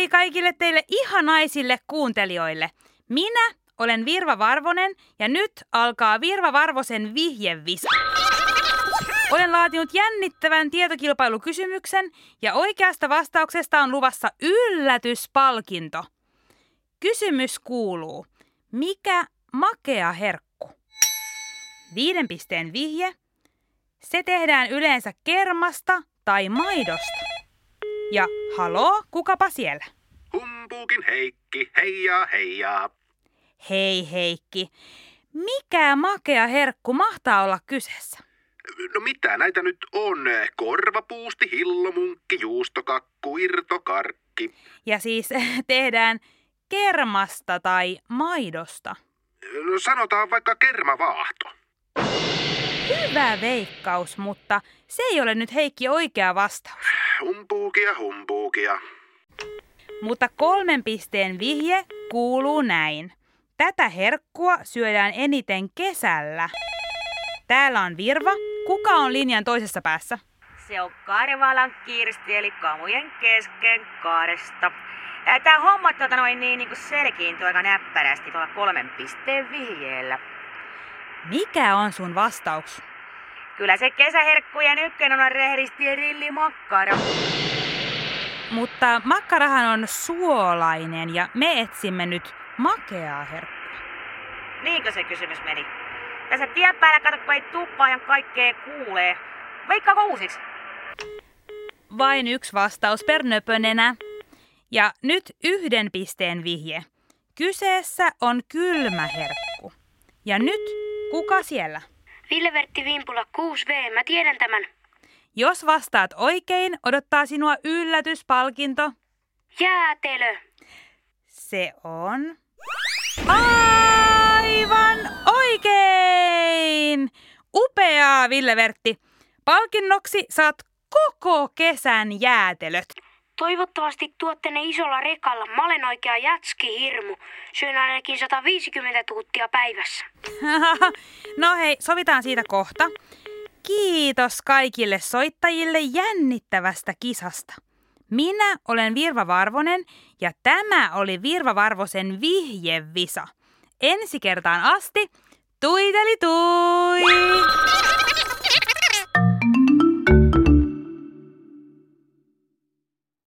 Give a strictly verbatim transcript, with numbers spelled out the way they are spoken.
Hei kaikille teille ihanaisille kuuntelijoille. Minä olen Virva Varvonen ja nyt alkaa Virva Varvosen vihjevisa. Olen laatinut jännittävän tietokilpailukysymyksen ja oikeasta vastauksesta on luvassa yllätyspalkinto. Kysymys kuuluu, mikä makea herkku? Viiden pisteen vihje. Se tehdään yleensä kermasta tai maidosta. Ja haloo, kukapa siellä? Humpuukin Heikki, heijaa heijaa. Hei Heikki, mikä makea herkku mahtaa olla kyseessä? No mitä näitä nyt on? Korvapuusti, hillomunkki, juustokakku, irtokarkki. Ja siis tehdään kermasta tai maidosta. No sanotaan vaikka kermavaahto. Hyvä veikkaus, mutta se ei ole nyt Heikki oikea vastaus. Humpuukia, humpuukia. Mutta kolmen pisteen vihje kuuluu näin. Tätä herkkua syödään eniten kesällä. Täällä on Virva. Kuka on linjan toisessa päässä? Se on Karvalan Kirsti, eli kamujen kesken kaaresta. Tää homma tuota noin niin, niin selkiintyy aika näppärästi tuolla kolmen pisteen vihjeellä. Mikä on sun vastaus? Kyllä se kesäherkkujen ykkönen on rehdisti rillimakkara. Mutta makkarahan on suolainen ja me etsimme nyt makeaa herkkua. Niinkö se kysymys meni? Tässä tien päällä kato, kun ei tuppaa ja kaikkea kuulee. Veikkaako uusiksi? Vain yksi vastaus per nöpönenä. Ja nyt yhden pisteen vihje. Kyseessä on kylmä herkku. Ja nyt, kuka siellä? Ville-Vertti Vimpula kuusi V, mä tiedän tämän. Jos vastaat oikein, odottaa sinua yllätyspalkinto. Jäätelö. Se on aivan oikein! Upeaa, Ville-Vertti. Palkinnoksi saat koko kesän jäätelöt. Toivottavasti tuotte ne isolla rekalla. Mä olen oikea jätski-hirmu. Syön ainakin sata viisikymmentä tuuttia päivässä. No hei, sovitaan siitä kohta. Kiitos kaikille soittajille jännittävästä kisasta. Minä olen Virva Varvonen ja tämä oli Virva Varvosen vihjevisa. Ensi kertaan asti, tuiteli tui!